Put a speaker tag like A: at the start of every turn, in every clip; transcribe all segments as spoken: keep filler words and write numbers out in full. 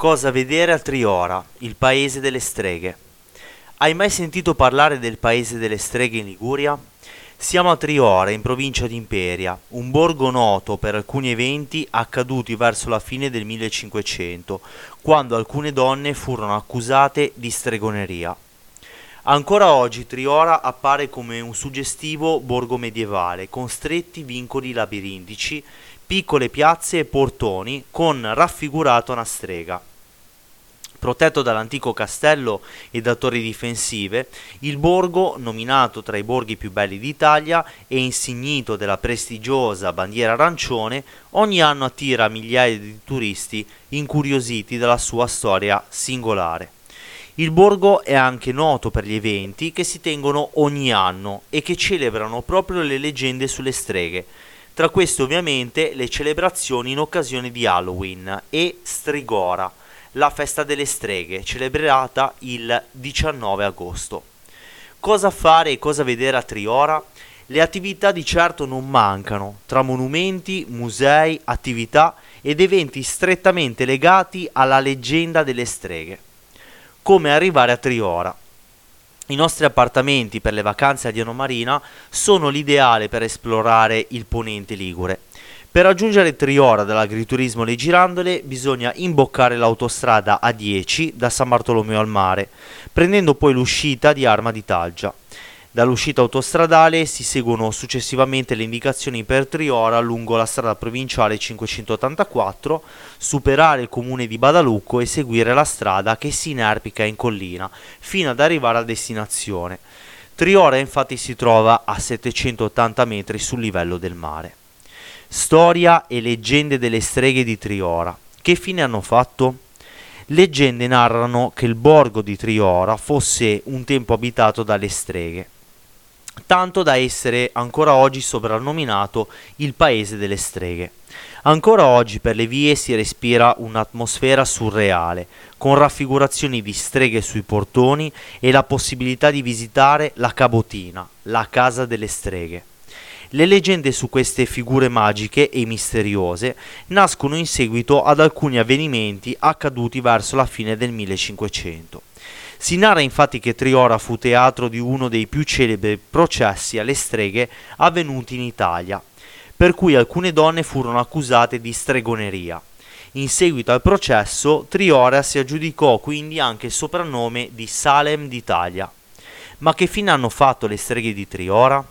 A: Cosa vedere a Triora, il paese delle streghe. Hai mai sentito parlare del paese delle streghe in Liguria? Siamo a Triora, in provincia di Imperia, un borgo noto per alcuni eventi accaduti verso la fine del millecinquecento, quando alcune donne furono accusate di stregoneria. Ancora oggi Triora appare come un suggestivo borgo medievale, con stretti vincoli labirintici, piccole piazze e portoni, con raffigurato una strega. Protetto dall'antico castello e da torri difensive, il borgo, nominato tra i borghi più belli d'Italia e insignito della prestigiosa bandiera arancione, ogni anno attira migliaia di turisti incuriositi dalla sua storia singolare. Il borgo è anche noto per gli eventi che si tengono ogni anno e che celebrano proprio le leggende sulle streghe. Tra queste ovviamente le celebrazioni in occasione di Halloween e Strigora, la festa delle streghe, celebrata il diciannove agosto. Cosa fare e cosa vedere a Triora? Le attività di certo non mancano, tra monumenti, musei, attività ed eventi strettamente legati alla leggenda delle streghe. Come arrivare a Triora? I nostri appartamenti per le vacanze a Diano Marina sono l'ideale per esplorare il ponente ligure. Per raggiungere Triora dall'agriturismo Le Girandole bisogna imboccare l'autostrada A dieci da San Bartolomeo al Mare, prendendo poi l'uscita di Arma di Talgia. Dall'uscita autostradale si seguono successivamente le indicazioni per Triora lungo la strada provinciale cinquecentottantaquattro, superare il comune di Badalucco e seguire la strada che si inerpica in collina fino ad arrivare a destinazione. Triora infatti si trova a settecentottanta metri sul livello del mare. Storia e leggende delle streghe di Triora. Che fine hanno fatto? Leggende narrano che il borgo di Triora fosse un tempo abitato dalle streghe, tanto da essere ancora oggi soprannominato il paese delle streghe. Ancora oggi per le vie si respira un'atmosfera surreale, con raffigurazioni di streghe sui portoni e la possibilità di visitare la Cabotina, la casa delle streghe. Le leggende su queste figure magiche e misteriose nascono in seguito ad alcuni avvenimenti accaduti verso la fine del millecinquecento. Si narra infatti che Triora fu teatro di uno dei più celebri processi alle streghe avvenuti in Italia, per cui alcune donne furono accusate di stregoneria. In seguito al processo, Triora si aggiudicò quindi anche il soprannome di Salem d'Italia. Ma che fine hanno fatto le streghe di Triora?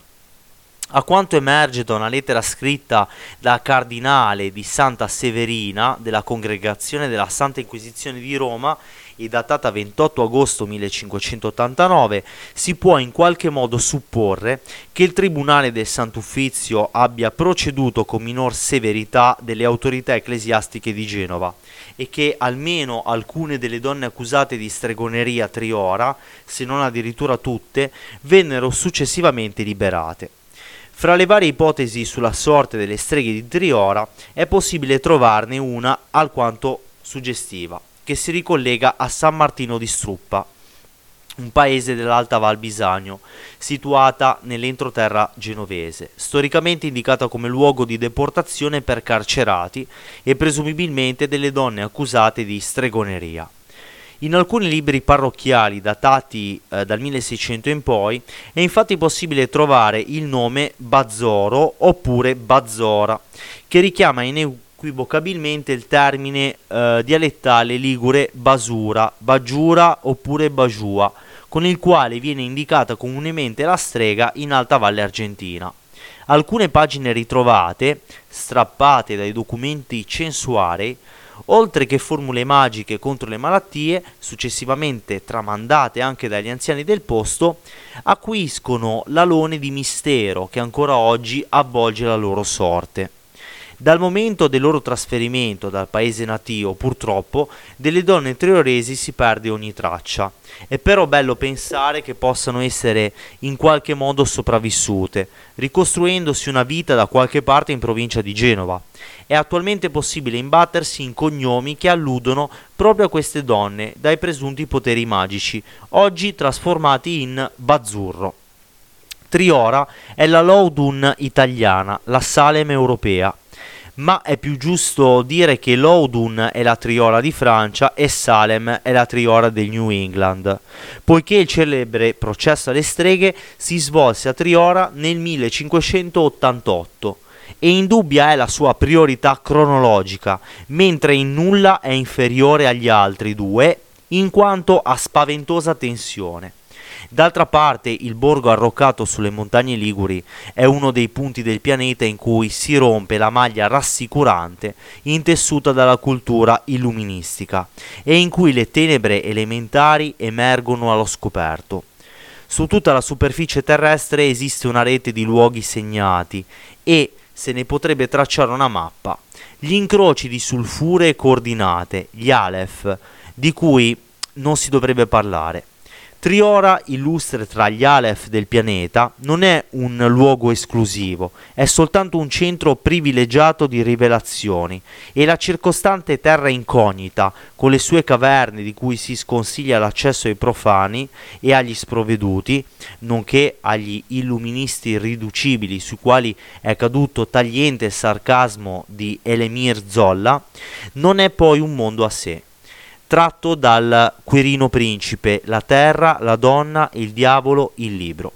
A: A quanto emerge da una lettera scritta da cardinale di Santa Severina della Congregazione della Santa Inquisizione di Roma e datata ventotto agosto millecinquecentottantanove, si può in qualche modo supporre che il Tribunale del Sant'Uffizio abbia proceduto con minor severità delle autorità ecclesiastiche di Genova e che almeno alcune delle donne accusate di stregoneria a Triora, se non addirittura tutte, vennero successivamente liberate. Fra le varie ipotesi sulla sorte delle streghe di Triora è possibile trovarne una alquanto suggestiva, che si ricollega a San Martino di Struppa, un paese dell'Alta Val Bisagno, situata nell'entroterra genovese, storicamente indicata come luogo di deportazione per carcerati e presumibilmente delle donne accusate di stregoneria. In alcuni libri parrocchiali datati eh, dal milleseicento in poi è infatti possibile trovare il nome Bazzoro oppure Bazzora, che richiama inequivocabilmente il termine eh, dialettale ligure basura, bagiura oppure bagiua, con il quale viene indicata comunemente la strega in Alta Valle Argentina. Alcune pagine ritrovate, strappate dai documenti censuarei, oltre che formule magiche contro le malattie, successivamente tramandate anche dagli anziani del posto, acuiscono l'alone di mistero che ancora oggi avvolge la loro sorte. Dal momento del loro trasferimento dal paese natio, purtroppo, delle donne trioresi si perde ogni traccia. È però bello pensare che possano essere in qualche modo sopravvissute, ricostruendosi una vita da qualche parte in provincia di Genova. È attualmente possibile imbattersi in cognomi che alludono proprio a queste donne dai presunti poteri magici, oggi trasformati in Bazzurro. Triora è la Loudun italiana, la Salem europea. ma è più giusto dire che Loudoun è la Triora di Francia e Salem è la Triora del New England, poiché il celebre processo alle streghe si svolse a Triora nel millecinquecentottantotto e indubbia è la sua priorità cronologica, mentre in nulla è inferiore agli altri due, in quanto a spaventosa tensione. D'altra parte, il borgo arroccato sulle montagne liguri è uno dei punti del pianeta in cui si rompe la maglia rassicurante intessuta dalla cultura illuministica e in cui le tenebre elementari emergono allo scoperto. Su tutta la superficie terrestre esiste una rete di luoghi segnati e se ne potrebbe tracciare una mappa. Gli incroci di sulfure e coordinate, gli Aleph, di cui non si dovrebbe parlare. Triora, illustre tra gli Aleph del pianeta, non è un luogo esclusivo, è soltanto un centro privilegiato di rivelazioni e la circostante terra incognita, con le sue caverne di cui si sconsiglia l'accesso ai profani e agli sprovveduti, nonché agli illuministi irriducibili sui quali è caduto tagliente il sarcasmo di Elemir Zolla, non è poi un mondo a sé. Tratto dal Quirino Principe, la terra, la donna, il diavolo, il libro.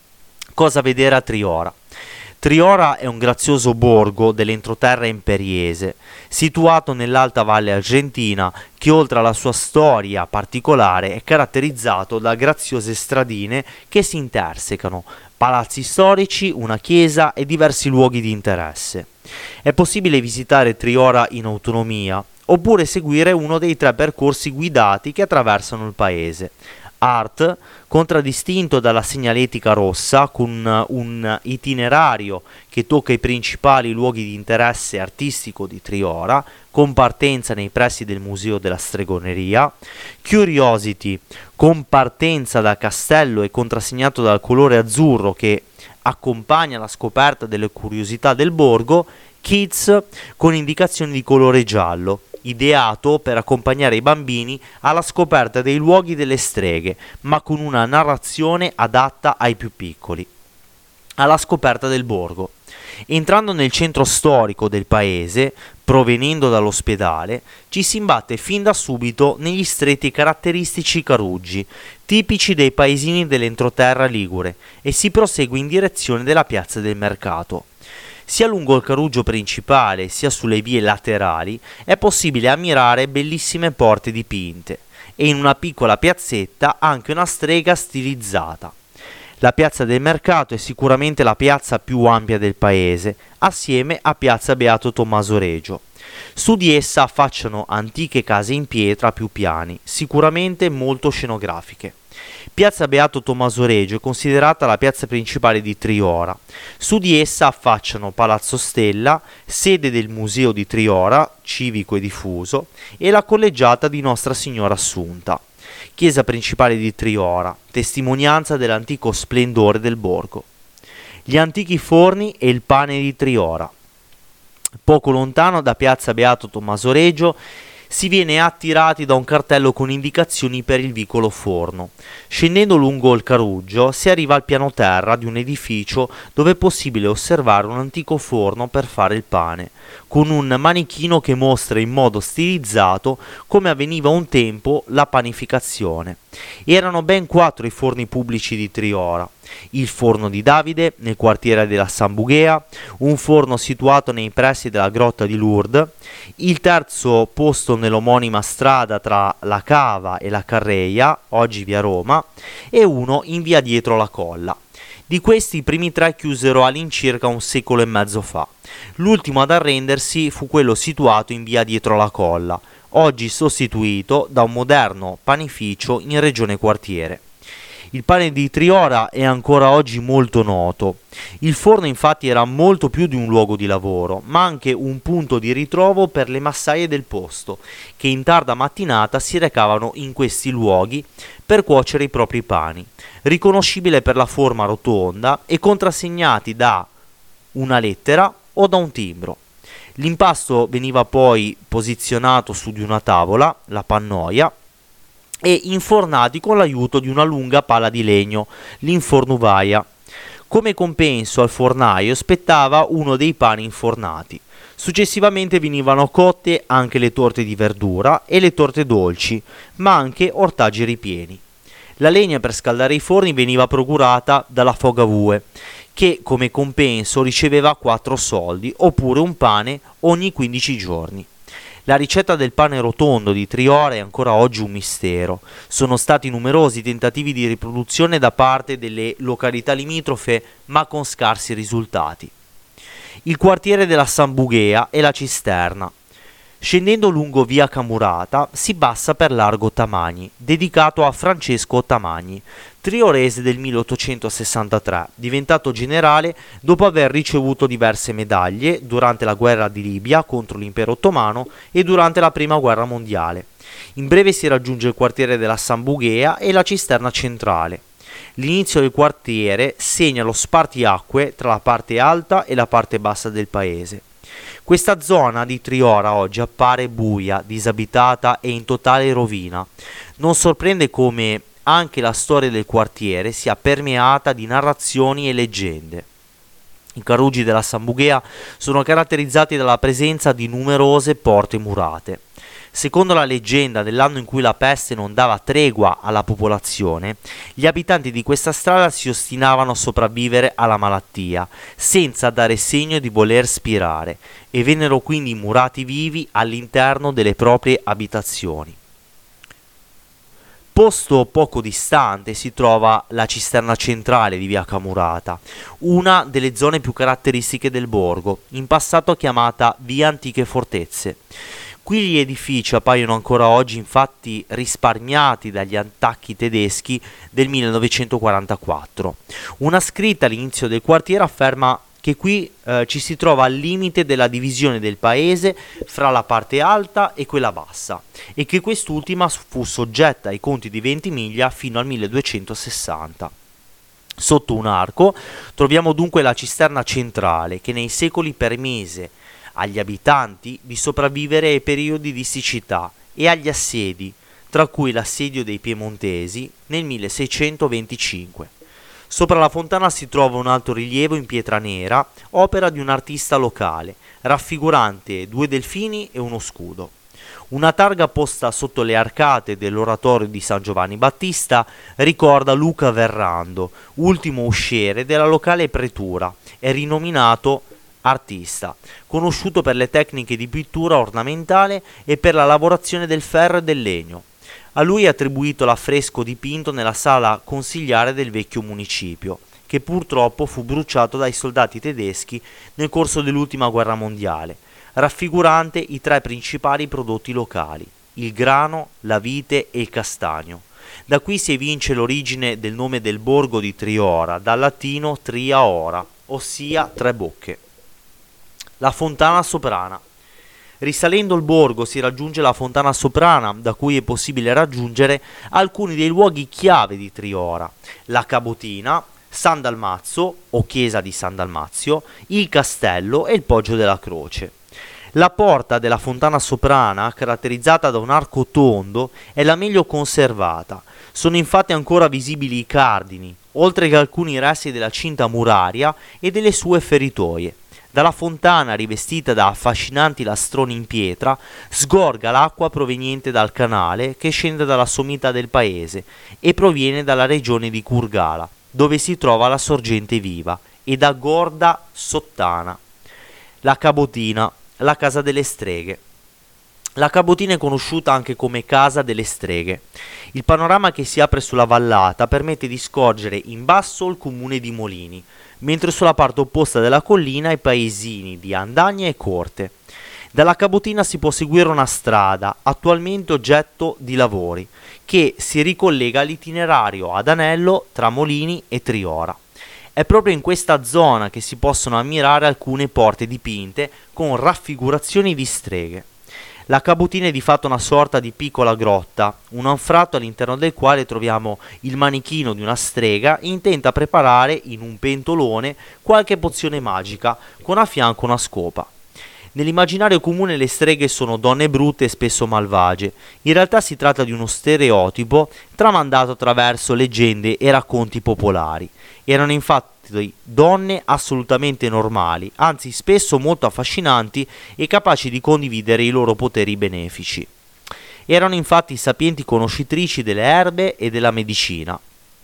A: Cosa vedere a Triora? Triora è un grazioso borgo dell'entroterra imperiese, situato nell'alta valle argentina, che oltre alla sua storia particolare è caratterizzato da graziose stradine che si intersecano, palazzi storici, una chiesa e diversi luoghi di interesse. È possibile visitare Triora in autonomia, oppure seguire uno dei tre percorsi guidati che attraversano il paese. Art, contraddistinto dalla segnaletica rossa, con un itinerario che tocca i principali luoghi di interesse artistico di Triora, con partenza nei pressi del Museo della Stregoneria. Curiosity, con partenza dal castello e contrassegnato dal colore azzurro che accompagna la scoperta delle curiosità del borgo. Kids, con indicazioni di colore giallo, ideato per accompagnare i bambini alla scoperta dei luoghi delle streghe, ma con una narrazione adatta ai più piccoli. Alla scoperta del borgo. Entrando nel centro storico del paese, provenendo dall'ospedale, ci si imbatte fin da subito negli stretti e caratteristici caruggi, tipici dei paesini dell'entroterra ligure, e si prosegue in direzione della piazza del mercato. Sia lungo il carugio principale sia sulle vie laterali è possibile ammirare bellissime porte dipinte e in una piccola piazzetta anche una strega stilizzata. La piazza del mercato è sicuramente la piazza più ampia del paese, assieme a piazza Beato Tommaso Regio. Su di essa affacciano antiche case in pietra a più piani, sicuramente molto scenografiche. Piazza Beato Tommaso Regio è considerata la piazza principale di Triora. Su di essa affacciano Palazzo Stella, sede del Museo di Triora, civico e diffuso, e la collegiata di Nostra Signora Assunta. Chiesa principale di Triora, testimonianza dell'antico splendore del borgo. Gli antichi forni e il pane di Triora. Poco lontano da piazza Beato Tommaso Regio si viene attirati da un cartello con indicazioni per il vicolo forno. Scendendo lungo il carugio si arriva al piano terra di un edificio dove è possibile osservare un antico forno per fare il pane, con un manichino che mostra in modo stilizzato come avveniva un tempo la panificazione. Erano ben quattro i forni pubblici di Triora. Il forno di Davide nel quartiere della Sambughea, un forno situato nei pressi della grotta di Lourdes, il terzo posto nell'omonima strada tra la Cava e la Carreia, oggi via Roma, e uno in via dietro la Colla. Di questi i primi tre chiusero all'incirca un secolo e mezzo fa. L'ultimo ad arrendersi fu quello situato in via dietro la Colla, oggi sostituito da un moderno panificio in regione Quartiere. Il pane di Triora è ancora oggi molto noto. Il forno infatti era molto più di un luogo di lavoro, ma anche un punto di ritrovo per le massaie del posto, che in tarda mattinata si recavano in questi luoghi per cuocere i propri pani, riconoscibile per la forma rotonda e contrassegnati da una lettera o da un timbro. L'impasto veniva poi posizionato su di una tavola, la pannoia, e infornati con l'aiuto di una lunga pala di legno, l'infornuvaia. Come compenso al fornaio spettava uno dei pani infornati. Successivamente venivano cotte anche le torte di verdura e le torte dolci, ma anche ortaggi ripieni. La legna per scaldare i forni veniva procurata dalla Fogavue, che come compenso riceveva quattro soldi oppure un pane ogni quindici giorni. La ricetta del pane rotondo di Triora è ancora oggi un mistero. Sono stati numerosi tentativi di riproduzione da parte delle località limitrofe, ma con scarsi risultati. Il quartiere della Sambughea e la Cisterna. Scendendo lungo via Camurata si passa per largo Tamagni, dedicato a Francesco Tamagni, triorese del milleottocentosessantatré, diventato generale dopo aver ricevuto diverse medaglie durante la guerra di Libia contro l'impero ottomano e durante la prima guerra mondiale. In breve si raggiunge il quartiere della Sambughea e la Cisterna centrale. L'inizio del quartiere segna lo spartiacque tra la parte alta e la parte bassa del paese. Questa zona di Triora oggi appare buia, disabitata e in totale rovina. Non sorprende come anche la storia del quartiere sia permeata di narrazioni e leggende. I Caruggi della Sambughea sono caratterizzati dalla presenza di numerose porte murate. Secondo la leggenda, nell'anno in cui la peste non dava tregua alla popolazione, gli abitanti di questa strada si ostinavano a sopravvivere alla malattia, senza dare segno di voler spirare, e vennero quindi murati vivi all'interno delle proprie abitazioni. Posto poco distante si trova la cisterna centrale di via Camurata, una delle zone più caratteristiche del borgo, in passato chiamata via Antiche Fortezze. Qui gli edifici appaiono ancora oggi infatti risparmiati dagli attacchi tedeschi del millenovecentoquarantaquattro. Una scritta all'inizio del quartiere afferma che qui eh, ci si trova al limite della divisione del paese fra la parte alta e quella bassa e che quest'ultima fu soggetta ai conti di Ventimiglia fino al milleduecentosessanta. Sotto un arco troviamo dunque la cisterna centrale che nei secoli permise agli abitanti di sopravvivere ai periodi di siccità e agli assedi, tra cui l'assedio dei Piemontesi nel milleseicentoventicinque. Sopra la fontana si trova un alto rilievo in pietra nera, opera di un artista locale, raffigurante due delfini e uno scudo. Una targa posta sotto le arcate dell'oratorio di San Giovanni Battista ricorda Luca Verrando, ultimo usciere della locale pretura e rinominato artista, conosciuto per le tecniche di pittura ornamentale e per la lavorazione del ferro e del legno. A lui è attribuito l'affresco dipinto nella sala consigliare del vecchio municipio, che purtroppo fu bruciato dai soldati tedeschi nel corso dell'ultima guerra mondiale, raffigurante i tre principali prodotti locali, il grano, la vite e il castagno. Da qui si evince l'origine del nome del borgo di Triora, dal latino tria ora, ossia tre bocche. La fontana soprana. Risalendo il borgo si raggiunge la fontana soprana, da cui è possibile raggiungere alcuni dei luoghi chiave di Triora: la Cabotina, San Dalmazzo o chiesa di San Dalmazio, il castello e il Poggio della Croce. La porta della fontana soprana, caratterizzata da un arco tondo, è la meglio conservata. Sono infatti ancora visibili i cardini, oltre che alcuni resti della cinta muraria e delle sue feritoie. Dalla fontana, rivestita da affascinanti lastroni in pietra, sgorga l'acqua proveniente dal canale che scende dalla sommità del paese e proviene dalla regione di Kurgala, dove si trova la sorgente viva, e da Gorda Sottana. La Cabotina, la casa delle streghe. La Cabotina è conosciuta anche come Casa delle Streghe. Il panorama che si apre sulla vallata permette di scorgere in basso il comune di Molini, mentre sulla parte opposta della collina i paesini di Andagna e Corte. Dalla Cabotina si può seguire una strada, attualmente oggetto di lavori, che si ricollega all'itinerario ad anello tra Molini e Triora. È proprio in questa zona che si possono ammirare alcune porte dipinte con raffigurazioni di streghe. La Cabotina è di fatto una sorta di piccola grotta, un anfratto all'interno del quale troviamo il manichino di una strega intenta a preparare in un pentolone qualche pozione magica, con a fianco una scopa. Nell'immaginario comune le streghe sono donne brutte e spesso malvagie. In realtà si tratta di uno stereotipo tramandato attraverso leggende e racconti popolari. Erano infatti infatti donne assolutamente normali, anzi spesso molto affascinanti e capaci di condividere i loro poteri benefici. Erano infatti sapienti conoscitrici delle erbe e della medicina.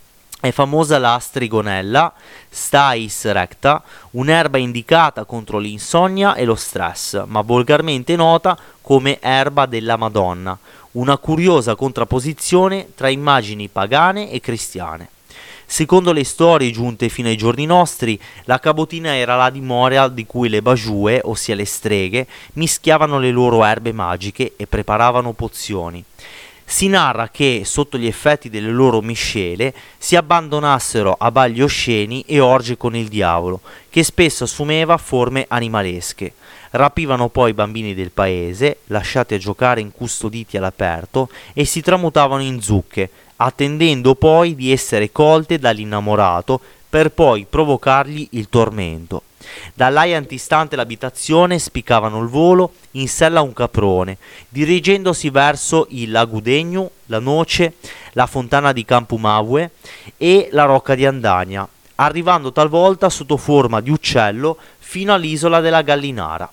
A: È famosa la strigonella, Stais recta, un'erba indicata contro l'insonnia e lo stress, ma volgarmente nota come erba della Madonna, una curiosa contrapposizione tra immagini pagane e cristiane. Secondo le storie giunte fino ai giorni nostri, la cabotina era la dimora di cui le bajue, ossia le streghe, mischiavano le loro erbe magiche e preparavano pozioni. Si narra che, sotto gli effetti delle loro miscele, si abbandonassero a balli osceni e orge con il diavolo, che spesso assumeva forme animalesche. Rapivano poi i bambini del paese, lasciati a giocare incustoditi all'aperto, e si tramutavano in zucche, attendendo poi di essere colte dall'innamorato per poi provocargli il tormento. Dall'aia antistante l'abitazione spiccavano il volo in sella a un caprone, dirigendosi verso il Lagudegno, la Noce, la fontana di Campumavue e la rocca di Andania, arrivando talvolta sotto forma di uccello fino all'isola della Gallinara,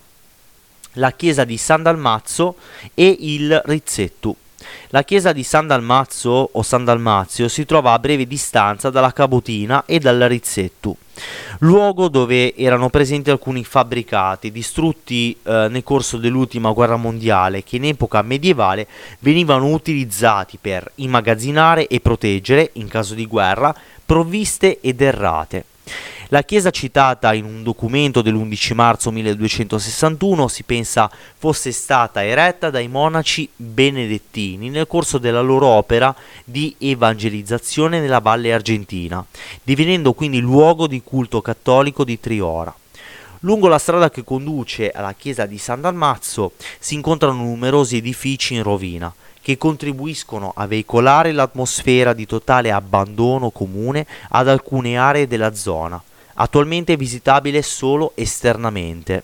A: la chiesa di San Dalmazzo e il Rizzetto. La chiesa di San Dalmazzo o San Dalmazio si trova a breve distanza dalla Cabotina e dal Rizzetto, luogo dove erano presenti alcuni fabbricati distrutti eh, nel corso dell'ultima guerra mondiale, che in epoca medievale venivano utilizzati per immagazzinare e proteggere, in caso di guerra, provviste ed errate. La chiesa citata in un documento dell'undici marzo milleduecentosessantuno si pensa fosse stata eretta dai monaci benedettini nel corso della loro opera di evangelizzazione nella Valle Argentina, divenendo quindi luogo di culto cattolico di Triora. Lungo la strada che conduce alla chiesa di San Dalmazzo si incontrano numerosi edifici in rovina, che contribuiscono a veicolare l'atmosfera di totale abbandono comune ad alcune aree della zona, attualmente visitabile solo esternamente.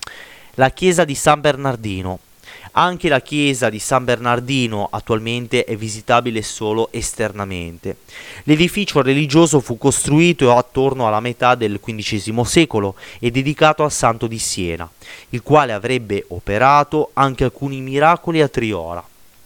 A: La chiesa di San Bernardino. Anche la chiesa di San Bernardino attualmente è visitabile solo esternamente. L'edificio religioso fu costruito attorno alla metà del quindicesimo secolo e dedicato al Santo di Siena, il quale avrebbe operato anche alcuni miracoli a Triora.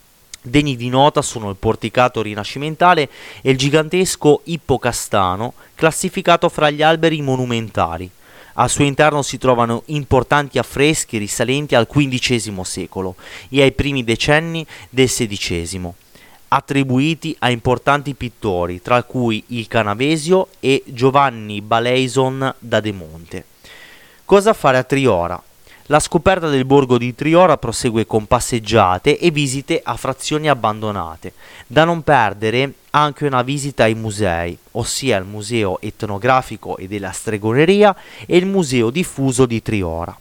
A: Degni di nota sono il porticato rinascimentale e il gigantesco ippocastano, classificato fra gli alberi monumentali. Al suo interno si trovano importanti affreschi risalenti al quindicesimo secolo e ai primi decenni del sedicesimo, attribuiti a importanti pittori, tra cui il Canavesio e Giovanni Baleison da De Monte. Cosa fare a Triora? La scoperta del borgo di Triora prosegue con passeggiate e visite a frazioni abbandonate. Da non perdere anche una visita ai musei, ossia il Museo Etnografico e della Stregoneria e il Museo Diffuso di Triora.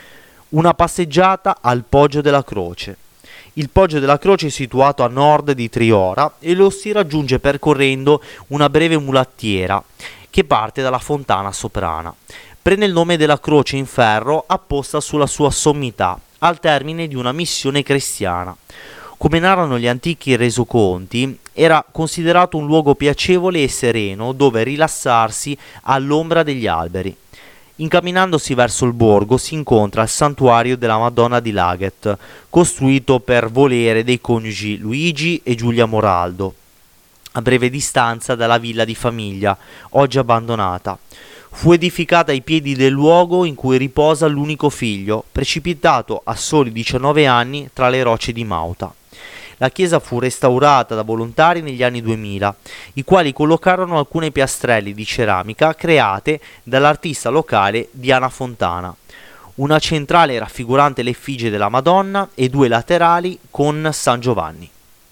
A: Una passeggiata al Poggio della Croce. Il Poggio della Croce è situato a nord di Triora e lo si raggiunge percorrendo una breve mulattiera che parte dalla fontana soprana. Prende il nome della croce in ferro apposta sulla sua sommità, al termine di una missione cristiana. Come narrano gli antichi resoconti, era considerato un luogo piacevole e sereno dove rilassarsi all'ombra degli alberi. Incamminandosi verso il borgo si incontra il santuario della Madonna di Laghet, costruito per volere dei coniugi Luigi e Giulia Moraldo, a breve distanza dalla villa di famiglia, oggi abbandonata. Fu edificata ai piedi del luogo in cui riposa l'unico figlio, precipitato a soli diciannove anni tra le rocce di Mauta. La chiesa fu restaurata da volontari negli anni duemila, i quali collocarono alcune piastrelle di ceramica create dall'artista locale Diana Fontana, una centrale raffigurante l'effigie della Madonna e due laterali con San Giovanni.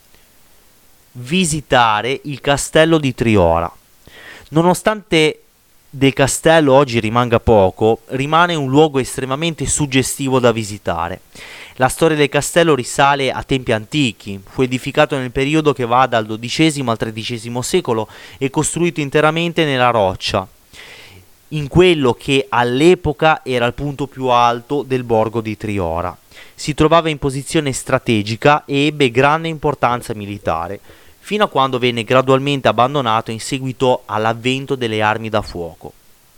A: Visitare il castello di Triora. Nonostante del castello oggi rimanga poco, rimane un luogo estremamente suggestivo da visitare. La storia del castello risale a tempi antichi, fu edificato nel periodo che va dal dodicesimo al tredicesimo secolo e costruito interamente nella roccia, in quello che all'epoca era il punto più alto del borgo di Triora. Si trovava in posizione strategica e ebbe grande importanza militare, fino a quando venne gradualmente abbandonato in seguito all'avvento delle armi da fuoco.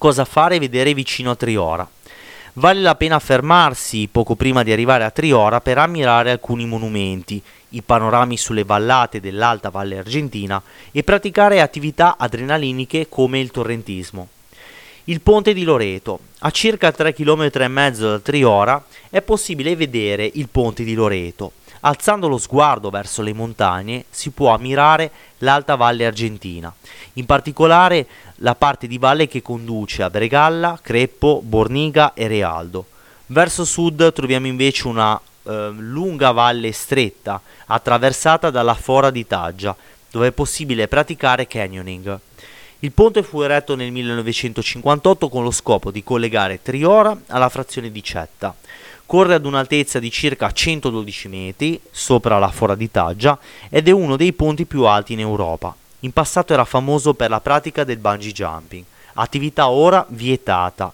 A: Cosa fare e vedere vicino a Triora? Vale la pena fermarsi poco prima di arrivare a Triora per ammirare alcuni monumenti, i panorami sulle vallate dell'Alta Valle Argentina e praticare attività adrenaliniche come il torrentismo. Il ponte di Loreto. A circa tre chilometri e mezzo da Triora è possibile vedere il ponte di Loreto. Alzando lo sguardo verso le montagne si può ammirare l'Alta Valle Argentina, in particolare la parte di valle che conduce a Bregalla, Creppo, Borniga e Realdo. Verso sud troviamo invece una eh, lunga valle stretta attraversata dalla fora di Taggia, dove è possibile praticare canyoning. Il ponte fu eretto nel millenovecentocinquantotto con lo scopo di collegare Triora alla frazione di Cetta. Corre ad un'altezza di circa centododici metri sopra la fora di Taggia ed è uno dei ponti più alti in Europa. In passato era famoso per la pratica del bungee jumping, attività ora vietata.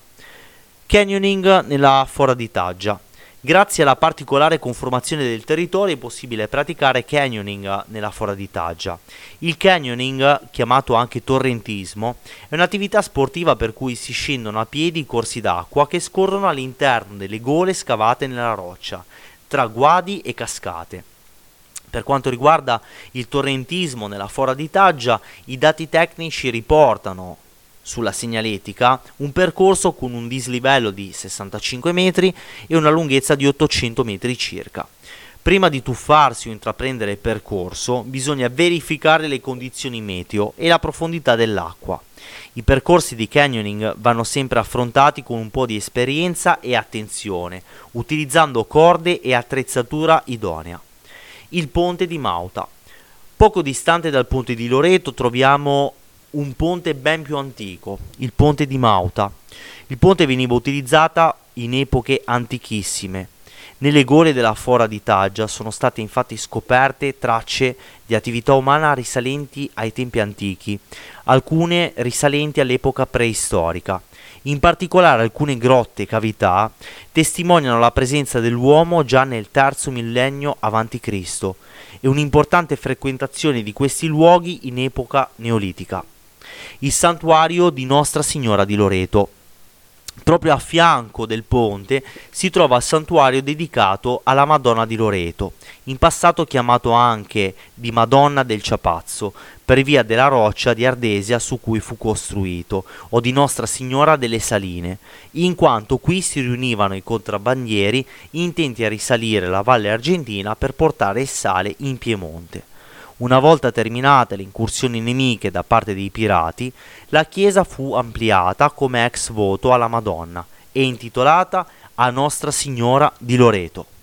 A: Canyoning nella fora di Taggia. Grazie alla particolare conformazione del territorio è possibile praticare canyoning nella fora di Taggia. Il canyoning, chiamato anche torrentismo, è un'attività sportiva per cui si scendono a piedi corsi d'acqua che scorrono all'interno delle gole scavate nella roccia, tra guadi e cascate. Per quanto riguarda il torrentismo nella fora di Taggia, i dati tecnici riportano sulla segnaletica un percorso con un dislivello di sessantacinque metri e una lunghezza di ottocento metri circa. Prima di tuffarsi o intraprendere il percorso bisogna verificare le condizioni meteo e la profondità dell'acqua. I percorsi di canyoning vanno sempre affrontati con un po' di esperienza e attenzione, utilizzando corde e attrezzatura idonea. Il ponte di Mauta. Poco distante dal ponte di Loreto troviamo un ponte ben più antico, il ponte di Mauta. Il ponte veniva utilizzato in epoche antichissime. Nelle gole della fora di Taggia sono state infatti scoperte tracce di attività umana risalenti ai tempi antichi, alcune risalenti all'epoca preistorica. In particolare alcune grotte e cavità testimoniano la presenza dell'uomo già nel terzo millennio avanti Cristo e un'importante frequentazione di questi luoghi in epoca neolitica. Il santuario di Nostra Signora di Loreto. Proprio a fianco del ponte si trova il santuario dedicato alla Madonna di Loreto, in passato chiamato anche di Madonna del Ciapazzo, per via della roccia di ardesia su cui fu costruito, o di Nostra Signora delle Saline, in quanto qui si riunivano i contrabbandieri intenti a risalire la Valle Argentina per portare il sale in Piemonte. Una volta terminate le incursioni nemiche da parte dei pirati, la chiesa fu ampliata come ex voto alla Madonna e intitolata a Nostra Signora di Loreto.